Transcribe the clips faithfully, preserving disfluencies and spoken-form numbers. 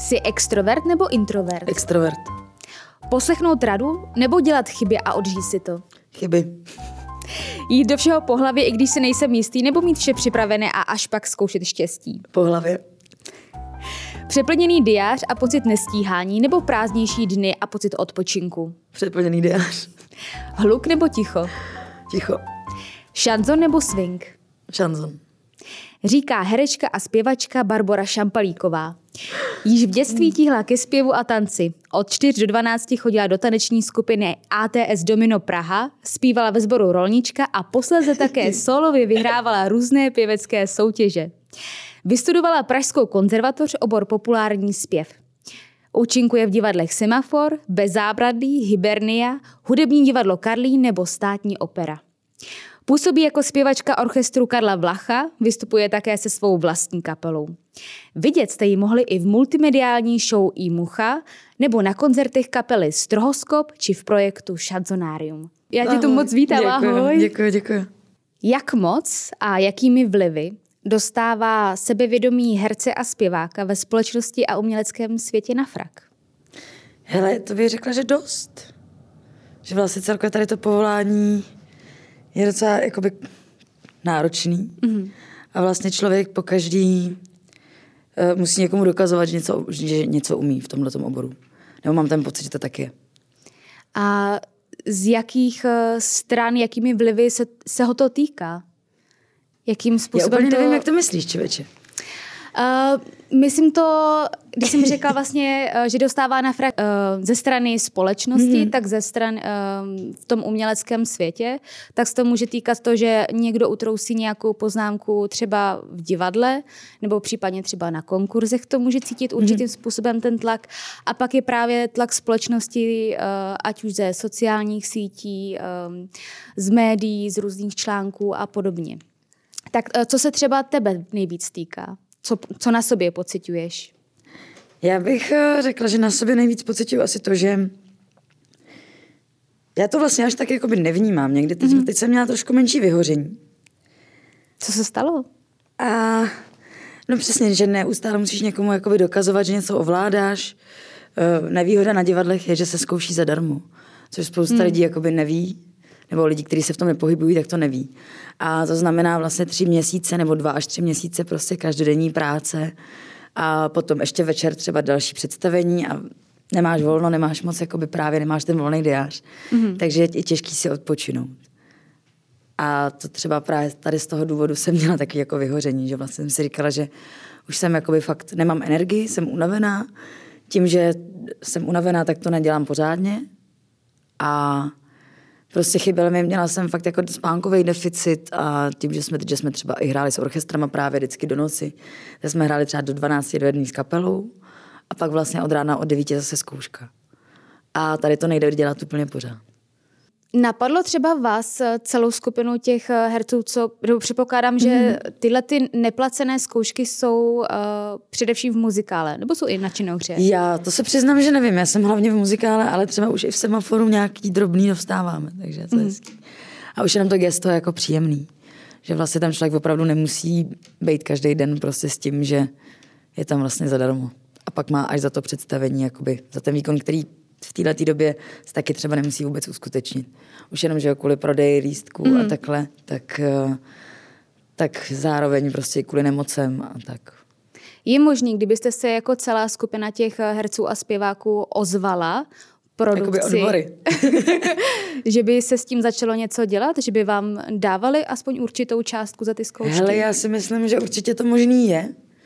Jsi extrovert nebo introvert? Extrovert. Poslechnout radu nebo dělat chyby a odžít si to? Chyby. Jít do všeho po hlavě, i když si nejsem jistý, nebo mít vše připravené a až pak zkoušet štěstí? Po hlavě. Přeplněný diář a pocit nestíhání nebo prázdnější dny a pocit odpočinku? Přeplněný diář. Hluk nebo ticho? Ticho. Šanzon nebo swing? Šanzon. Říká herečka a zpěvačka Barbora Šampalíková. Již v dětství tíhla ke zpěvu a tanci. Od čtyř do dvanácti chodila do taneční skupiny A T S Domino Praha, zpívala ve sboru Rolnička a posléze také solově vyhrávala různé pěvecké soutěže. Vystudovala Pražskou konzervatoř, obor populární zpěv. Účinkuje v divadlech Semafor, Bez zábradlí, Hibernia, Hudební divadlo Karlín nebo Státní opera. Působí jako zpěvačka orchestru Karla Vlacha, vystupuje také se svou vlastní kapelou. Vidět jste ji mohli i v multimediální show I Mucha nebo na koncertech kapely Strohoskop či v projektu Šanzonárium. Já tě tu moc vítám, ahoj. Děkuji, děkuji. Jak moc a jakými vlivy dostává sebevědomí herce a zpěváka ve společnosti a uměleckém světě na frak? Hele, to bych řekla, že dost. Že vlastně celkově tady to povolání je docela jakoby náročný. Mm-hmm. A vlastně člověk po každý uh, musí někomu dokazovat, že něco, že něco umí v tomhletom oboru. Nebo mám ten pocit, že to tak je. A z jakých uh, stran, jakými vlivy se, se ho to týká? Jakým způsobem? Já úplně to... nevím, jak to myslíš, člověče. Uh, myslím to, když jsem řekla vlastně, uh, že dostává na frak uh, ze strany společnosti, mm-hmm. tak ze stran uh, v tom uměleckém světě, tak se to může týkat to, že někdo utrousí nějakou poznámku třeba v divadle, nebo případně třeba na konkurzech, to může cítit určitým mm-hmm. způsobem ten tlak. A pak je právě tlak společnosti, uh, ať už ze sociálních sítí, um, z médií, z různých článků a podobně. Tak uh, co se třeba tebe nejvíc týká? Co, co na sobě pociťuješ? Já bych řekla, že na sobě nejvíc pociťuji asi to, že já to vlastně až tak jakoby nevnímám. Někdy teď, mm-hmm. teď jsem měla trošku menší vyhoření. Co se stalo? A no přesně, že neustále musíš někomu jakoby dokazovat, že něco ovládáš. Nevýhoda na divadlech je, že se zkouší zadarmo. Což spousta mm. lidí jakoby neví. Nebo lidi, kteří se v tom nepohybují, tak to neví. A to znamená vlastně tři měsíce nebo dva až tři měsíce prostě každodenní práce a potom ještě večer třeba další představení a nemáš volno, nemáš moc, jakoby právě nemáš ten volný diář. Mm-hmm. Takže je i těžký si odpočinout. A to třeba právě tady z toho důvodu jsem měla taky jako vyhoření, že vlastně jsem si říkala, že už jsem jakoby fakt nemám energii, jsem unavená. Tím, že jsem unavená, tak to nedělám pořádně. A prostě chyběl mi, měla jsem fakt jako spánkový deficit a tím, že jsme, že jsme třeba i hráli s orchestrama právě vždycky do noci, tak jsme hráli třeba do dvanácti do jedné s kapelou a pak vlastně od rána od devíti zase zkouška. A tady to nejde dělat úplně pořád. Napadlo třeba vás celou skupinu těch herců, co, nebo předpokládám, že mm. tyhle ty neplacené zkoušky jsou uh, především v muzikále, nebo jsou i na činohře? Já to se přiznám, že nevím, já jsem hlavně v muzikále, ale třeba už i v Semaforu nějaký drobný dostáváme, takže to je mm. hezký. A už jenom to gesto je jako příjemný, že vlastně tam člověk opravdu nemusí být každý den prostě s tím, že je tam vlastně zadarmo. A pak má až za to představení, jakoby za ten výkon, který v této době se taky třeba nemusí vůbec uskutečnit. Už jenom, že kvůli prodeji lístků mm. a takhle, tak, tak zároveň prostě kvůli nemocem a tak. Je možný, kdybyste se jako celá skupina těch herců a zpěváků ozvala produkci, jakoby odbory. že by se s tím začalo něco dělat? Že by vám dávali aspoň určitou částku za ty zkoušky? Hele, já si myslím, že určitě to možný je.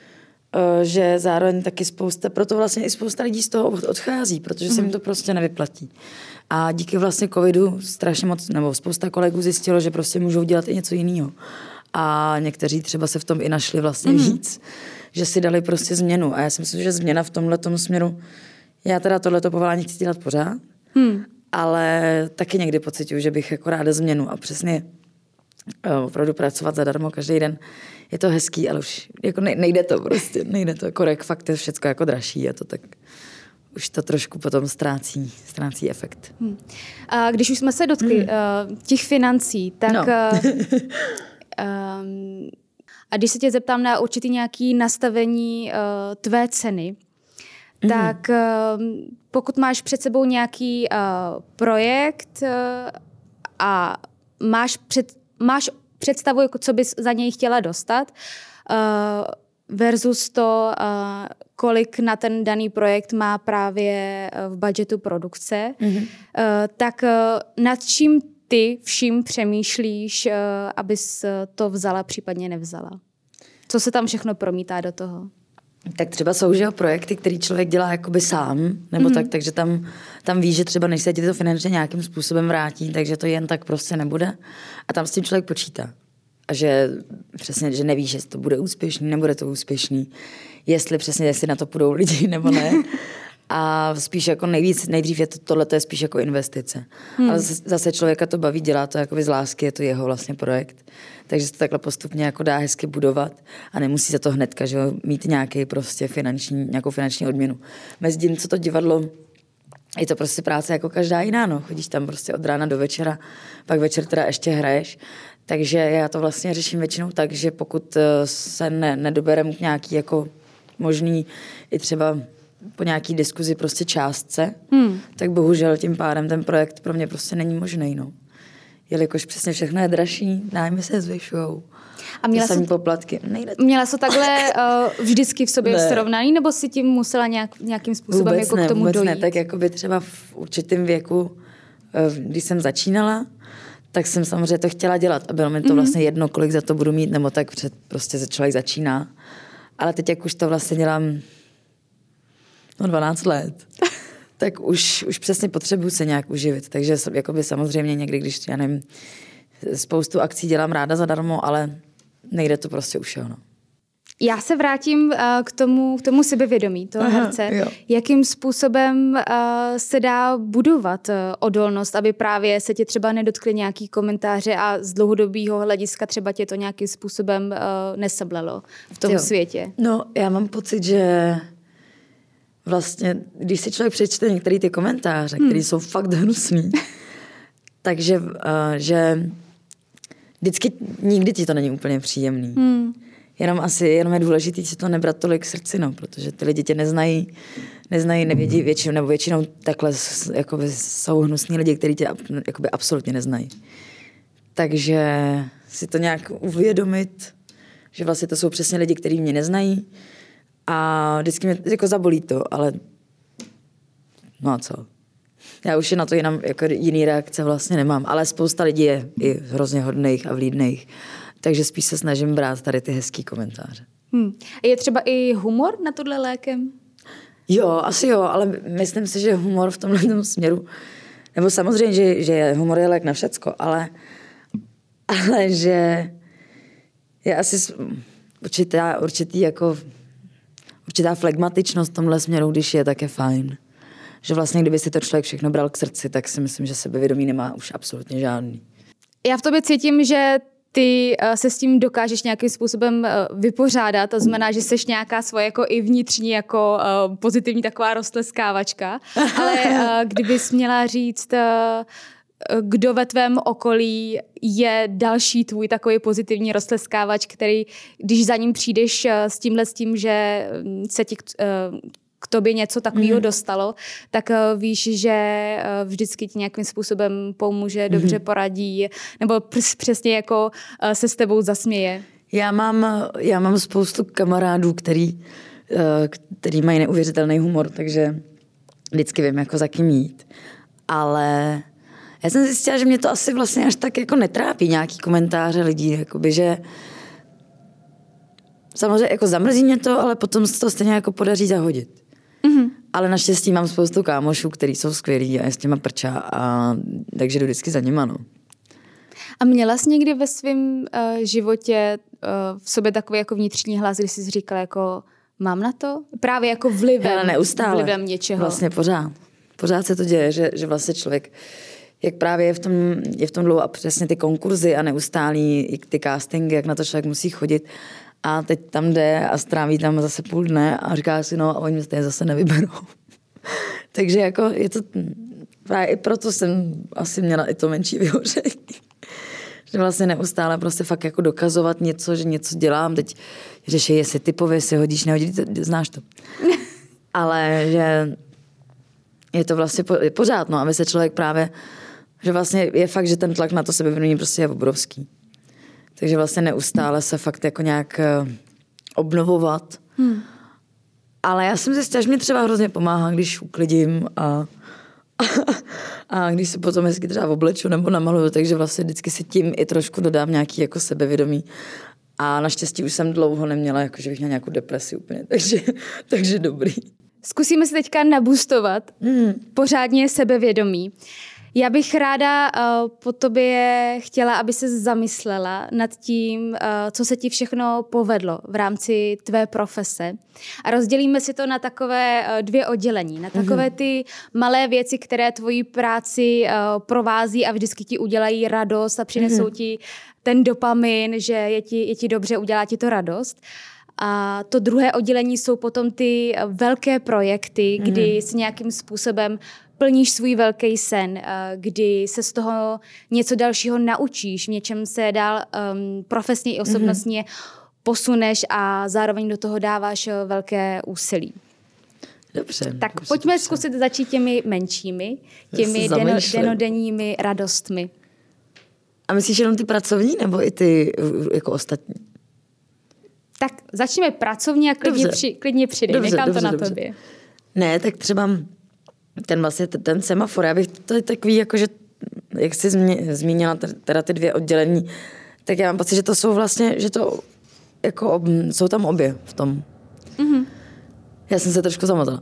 Že zároveň taky spousta, proto vlastně i spousta lidí z toho odchází, protože se jim to prostě nevyplatí. A díky vlastně covidu strašně moc, nebo spousta kolegů zjistilo, že prostě můžou dělat i něco jiného. A někteří třeba se v tom i našli vlastně mm. víc, že si dali prostě změnu. A já si myslím, že změna v tomhletom směru, já teda tohleto povolání chci dělat pořád, mm. ale taky někdy pociťuji, že bych jako ráda změnu a přesně opravdu pracovat zadarmo každý den. Je to hezký, ale už jako nejde to prostě, nejde to. Korek, fakt je všechno jako dražší a to tak už to trošku potom ztrácí, ztrácí efekt. Hmm. A když už jsme se dotkli hmm. uh, těch financí, tak no. uh, um, a když se tě zeptám na určitý nějaký nastavení uh, tvé ceny, mm. tak uh, pokud máš před sebou nějaký uh, projekt uh, a máš, před, máš představu, jako co bys za něj chtěla dostat, uh, versus to, uh, kolik na ten daný projekt má právě v budžetu produkce, mm-hmm. uh, tak uh, nad čím ty vším přemýšlíš, uh, abys to vzala, případně nevzala? Co se tam všechno promítá do toho? Tak třeba jsou že projekty, který člověk dělá jakoby sám, nebo mm-hmm. tak, takže tam, tam ví, že třeba než se ti to finančně nějakým způsobem vrátí, takže to jen tak prostě nebude. A tam s tím člověk počítá. A že přesně, že nevíš, jestli to bude úspěšný, nebude to úspěšný, jestli přesně, jestli na to půjdou lidi, nebo ne. A spíš jako nejvíc, nejdřív je to, tohle je spíš jako investice. Hmm. Ale zase člověka to baví, dělá to jakoby z lásky, je to jeho vlastně projekt. Takže se to takhle postupně jako dá hezky budovat a nemusí za to hnedka, že mít nějaký prostě finanční, nějakou finanční odměnu. Mezi tím, co to divadlo, je to prostě práce jako každá jiná, no. Chodíš tam prostě od rána do večera, pak večer teda ještě hraješ. Takže já to vlastně řeším většinou tak, že pokud se ne, nedoberem k nějaký jako možný i třeba po nějaký diskuzi prostě částce, hmm. tak bohužel tím pádem ten projekt pro mě prostě není možný, no. Jelikož přesně všechno je dražší, nájmy se zvyšujou. A měla jsi poplatky. Nejde to. Měla jsi takhle uh, vždycky v sobě ne. srovnaný, nebo si tím musela nějak, nějakým způsobem vůbec jako ne, k tomu vůbec dojít? Ne, tak jakoby třeba v určitém věku, když jsem začínala, tak jsem samozřejmě to chtěla dělat a bylo mi to mm-hmm. vlastně jedno, kolik za to budu mít, nebo tak před, prostě člověk začíná. Ale teď, jak už to vlastně dělám no dvanáct let, tak už, už přesně potřebuji se nějak uživit. Takže jakoby samozřejmě někdy, když já nevím, spoustu akcí dělám ráda zadarmo, ale nejde to prostě už, jo, no. Já se vrátím uh, k tomu, k tomu sebevědomí toho Aha, herce. Jo. Jakým způsobem uh, se dá budovat uh, odolnost, aby právě se tě třeba nedotkly nějaký komentáře a z dlouhodobého hlediska třeba tě to nějakým způsobem uh, nesablelo v tom jo. světě? No, já mám pocit, že vlastně, když si člověk přečte některé ty komentáře, hmm. které jsou fakt hnusný, takže uh, že vždycky nikdy ti to není úplně příjemný. Hmm. Jenom asi, jenom je důležitý si to nebrat tolik k srdci, no, protože ty lidi tě neznají, neznají, nevědí většinou, nebo většinou takhle jakoby, jsou hnusní lidi, kteří tě jakoby, absolutně neznají. Takže si to nějak uvědomit, že vlastně to jsou přesně lidi, kteří mě neznají a vždycky mě jako zabolí to, ale no a co? Já už je na to jinam, jako jiný reakce vlastně nemám, ale spousta lidí je i hrozně hodných a vlídných. Takže spíš se snažím brát tady ty hezký komentáře. Hmm. Je třeba i humor na tohle lékem? Jo, asi jo, ale myslím si, že humor v tomhle směru, nebo samozřejmě, že, že humor je lék na všecko, ale, ale že je asi určitá, určitý jako, určitá flegmatičnost v tomhle směru, když je, tak je fajn. Že vlastně, kdyby si to člověk všechno bral k srdci, tak si myslím, že sebevědomí nemá už absolutně žádný. Já v tobě cítím, že ty se s tím dokážeš nějakým způsobem vypořádat, to znamená, že jsi nějaká svoje jako i vnitřní jako pozitivní taková roztleskávačka, ale kdybys měla říct, kdo ve tvém okolí je další tvůj takový pozitivní roztleskávač, který, když za ním přijdeš s tímhle s tím, že se ti k tobě něco takového mm. dostalo, tak uh, víš, že uh, vždycky ti nějakým způsobem pomůže, mm. dobře poradí, nebo pr- přesně jako uh, se s tebou zasměje. Já mám, já mám spoustu kamarádů, který, uh, který mají neuvěřitelný humor, takže vždycky vím, jako za kým jít. Ale já jsem zjistila, že mě to asi vlastně až tak jako netrápí nějaký komentáře lidí, jakoby, že samozřejmě jako zamrzí mě to, ale potom se to stejně jako podaří zahodit. Mm-hmm. Ale naštěstí mám spoustu kámošů, který jsou skvělí a je s těma prča, a takže jdu vždycky za nima, no. A měla jsi někdy ve svém uh, životě uh, v sobě takový jako vnitřní hlas, kdy jsi říkala jako mám na to? Právě jako vlivem, Hele, neustále. vlivem něčeho. Vlastně pořád. Pořád se to děje, že, že vlastně člověk, jak právě je v tom, je v tom dlouho a přesně ty konkurzy a neustálý ty castingy, jak na to člověk musí chodit. A teď tam jde a stráví tam zase půl dne a říká si, no a oni mě stejně zase nevyberou. Takže jako je to, právě i proto jsem asi měla i to menší vyhoření. Že vlastně neustále prostě fakt jako dokazovat něco, že něco dělám. Teď řeší, jestli typově si hodíš, nehodíš, znáš to. ale že je to vlastně po, je pořád, no, aby se člověk právě, že vlastně je fakt, že ten tlak na to sebevědomí prostě je obrovský. Takže vlastně neustále se fakt jako nějak obnovovat. Hmm. Ale já jsem zjistila, že mi třeba hrozně pomáhá, když uklidím a, a, a když se potom hezky třeba obleču nebo namaluju, takže vlastně vždycky si tím i trošku dodám nějaký jako sebevědomí. A naštěstí už jsem dlouho neměla, jako že bych měla nějakou depresi úplně, takže, takže dobrý. Zkusíme si teďka naboostovat hmm. pořádně sebevědomí. Já bych ráda uh, po tobě chtěla, aby se zamyslela nad tím, uh, co se ti všechno povedlo v rámci tvé profese. A rozdělíme si to na takové uh, dvě oddělení. Na takové ty malé věci, které tvoji práci uh, provází a vždycky ti udělají radost a přinesou ti ten dopamin, že je ti, je ti dobře, udělá ti to radost. A to druhé oddělení jsou potom ty velké projekty, kdy si nějakým způsobem plníš svůj velký sen, kdy se z toho něco dalšího naučíš, v něčem se dál um, profesně i osobnostně mm-hmm. posuneš a zároveň do toho dáváš velké úsilí. Dobře. Tak dobře, pojďme dobře. zkusit začít těmi menšími, těmi deno, denodenními radostmi. A myslíš jenom ty pracovní, nebo i ty jako ostatní? Tak začneme pracovně a klidně, při, klidně přidej, dobře, nechám dobře, to na dobře. tobě. Ne, tak třeba ten vlastně ten semafor, já bych to je takový, jako že, jak jsi zmínila teda ty dvě oddělení, tak já mám pocit, že to jsou vlastně, že to jako, jsou tam obě v tom. Mm-hmm. Já jsem se trošku zamotala.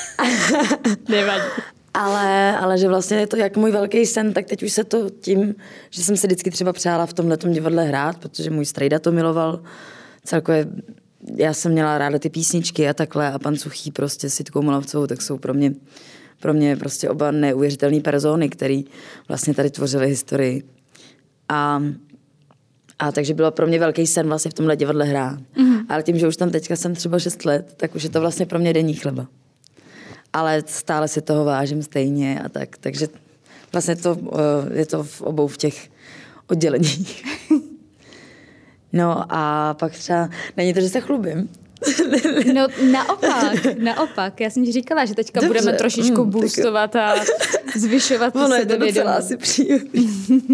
Nevadí. Ale, ale že vlastně je to jak můj velký sen, tak teď už se to tím, že jsem se vždycky třeba přála v tomhletom divadle hrát, protože můj strejda to miloval. Celkově já jsem měla ráda ty písničky a takhle a pan Suchý prostě s Jitkou Molavcovou, tak jsou pro mě, pro mě prostě oba neuvěřitelné persony, který vlastně tady tvořily historii. A, a takže bylo pro mě velký sen vlastně v tomhle divadle hrát. Mm-hmm. Ale tím, že už tam teďka jsem třeba šest let, tak už je to vlastně pro mě denní chleba. Ale stále si toho vážím stejně a tak. Takže vlastně to, je to v obou v těch odděleních. No a pak třeba, není to, že se chlubím. No naopak, naopak. Já jsem ti říkala, že teďka dobře. budeme trošičku mm, boostovat a zvyšovat ono sebevědomí. Ono je to docela asi příjemný.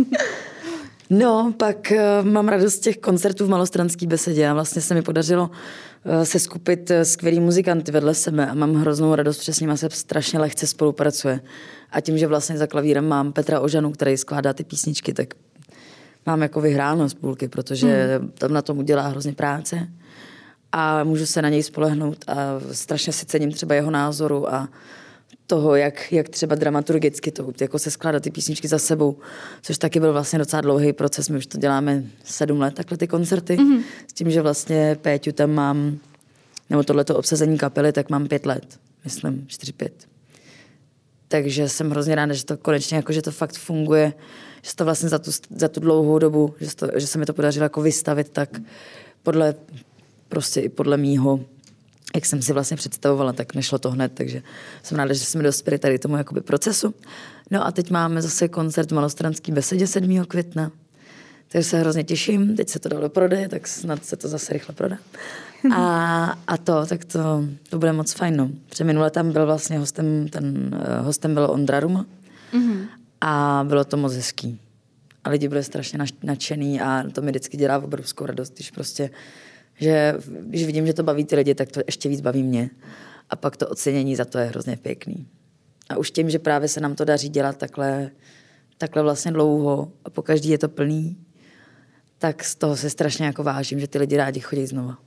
No, pak uh, mám radost z těch koncertů v Malostranské besedě a vlastně se mi podařilo uh, se skupit uh, skvělý muzikanty vedle sebe a mám hroznou radost, protože s nimi se strašně lehce spolupracuje. A tím, že vlastně za klavírem mám Petra Ožanu, který skládá ty písničky, tak mám jako vyhráno z půlky, protože hmm. tam na tom udělá hrozně práce a můžu se na něj spolehnout a strašně si cením třeba jeho názoru a toho, jak, jak třeba dramaturgicky to, jako se skládat ty písničky za sebou, což taky byl vlastně docela dlouhý proces. My už to děláme sedm let, takhle ty koncerty, mm-hmm. s tím, že vlastně Péťu tam mám, nebo tohleto obsazení kapely, tak mám pět let, myslím, čtyři, pět. Takže jsem hrozně ráda, že to konečně, jako, že to fakt funguje, že to vlastně za tu, za tu dlouhou dobu, že, to, že se mi to podařilo jako vystavit tak podle, prostě i podle mýho, jak jsem si vlastně představovala, tak nešlo to hned, takže jsem ráda, že jsme dospěli tady tomu jakoby procesu. No a teď máme zase koncert v Malostranské besedě sedmého května, takže se hrozně těším, teď se to dalo do prodeje, tak snad se to zase rychle prodá. A, a to, tak to, to bude moc fajn, no. Minule tam byl vlastně hostem, ten hostem byl Ondra Ruma mm-hmm. a bylo to moc hezký. A lidi byli strašně nadšený a to mi vždycky dělá obrovskou radost, když prostě že když vidím, že to baví ty lidi, tak to ještě víc baví mě. A pak to ocenění za to je hrozně pěkný. A už tím, že právě se nám to daří dělat takhle, takhle vlastně dlouho a pokaždý je to plný, tak z toho se strašně jako vážím, že ty lidi rádi chodí znova.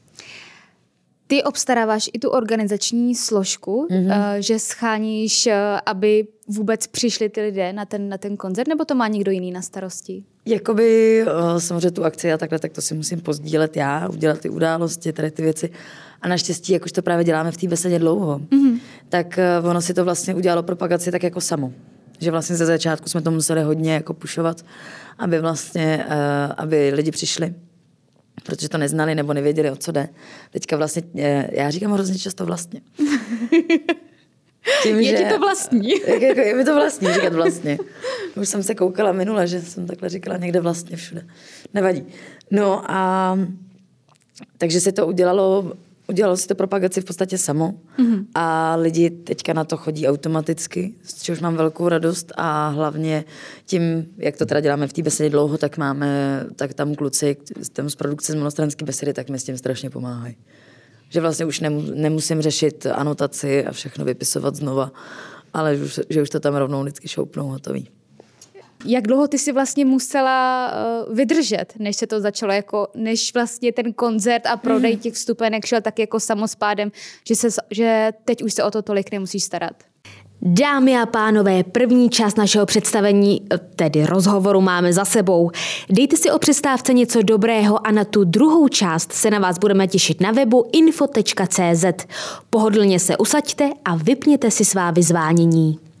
Ty obstaráváš i tu organizační složku, mm-hmm. že scháníš, aby vůbec přišli ty lidé na ten, na ten koncert, nebo to má někdo jiný na starosti? Jakoby samozřejmě tu akci a takhle, tak to si musím pozdílet já, udělat ty události, tady ty věci. A naštěstí, jak už to právě děláme v té besedě dlouho, mm-hmm. tak ono si to vlastně udělalo propagaci tak jako samo. Že vlastně ze začátku jsme to museli hodně jako pušovat, aby vlastně, aby lidi přišli. Protože to neznali nebo nevěděli, o co jde. Teďka vlastně, já říkám hrozně často vlastně. Tím, je že, ti to vlastní. Jak, jako, je mi to vlastní říkat vlastně. Už jsem se koukala minule, že jsem takhle říkala někde vlastně všude. Nevadí. No a takže se to udělalo, udělalo si to propagaci v podstatě samo mm-hmm. a lidi teďka na to chodí automaticky, z čehož mám velkou radost a hlavně tím, jak to teda děláme v té besedě dlouho, tak máme, tak tam kluci tam z produkce z Malostranské besedy, tak mi s tím strašně pomáhají. Že vlastně už nemusím řešit anotaci a všechno vypisovat znova, ale že už, že už to tam rovnou vždycky šoupnou hotový. Jak dlouho ty si vlastně musela uh, vydržet, než se to začalo, jako, než vlastně ten koncert a prodej těch vstupenek šel tak jako samospádem, že, se, že teď už se o to tolik nemusíš starat? Dámy a pánové, první část našeho představení, tedy rozhovoru, máme za sebou. Dejte si o přestávce něco dobrého a na tu druhou část se na vás budeme těšit na webu info tečka cé zet. Pohodlně se usaďte a vypněte si svá vyzvánění.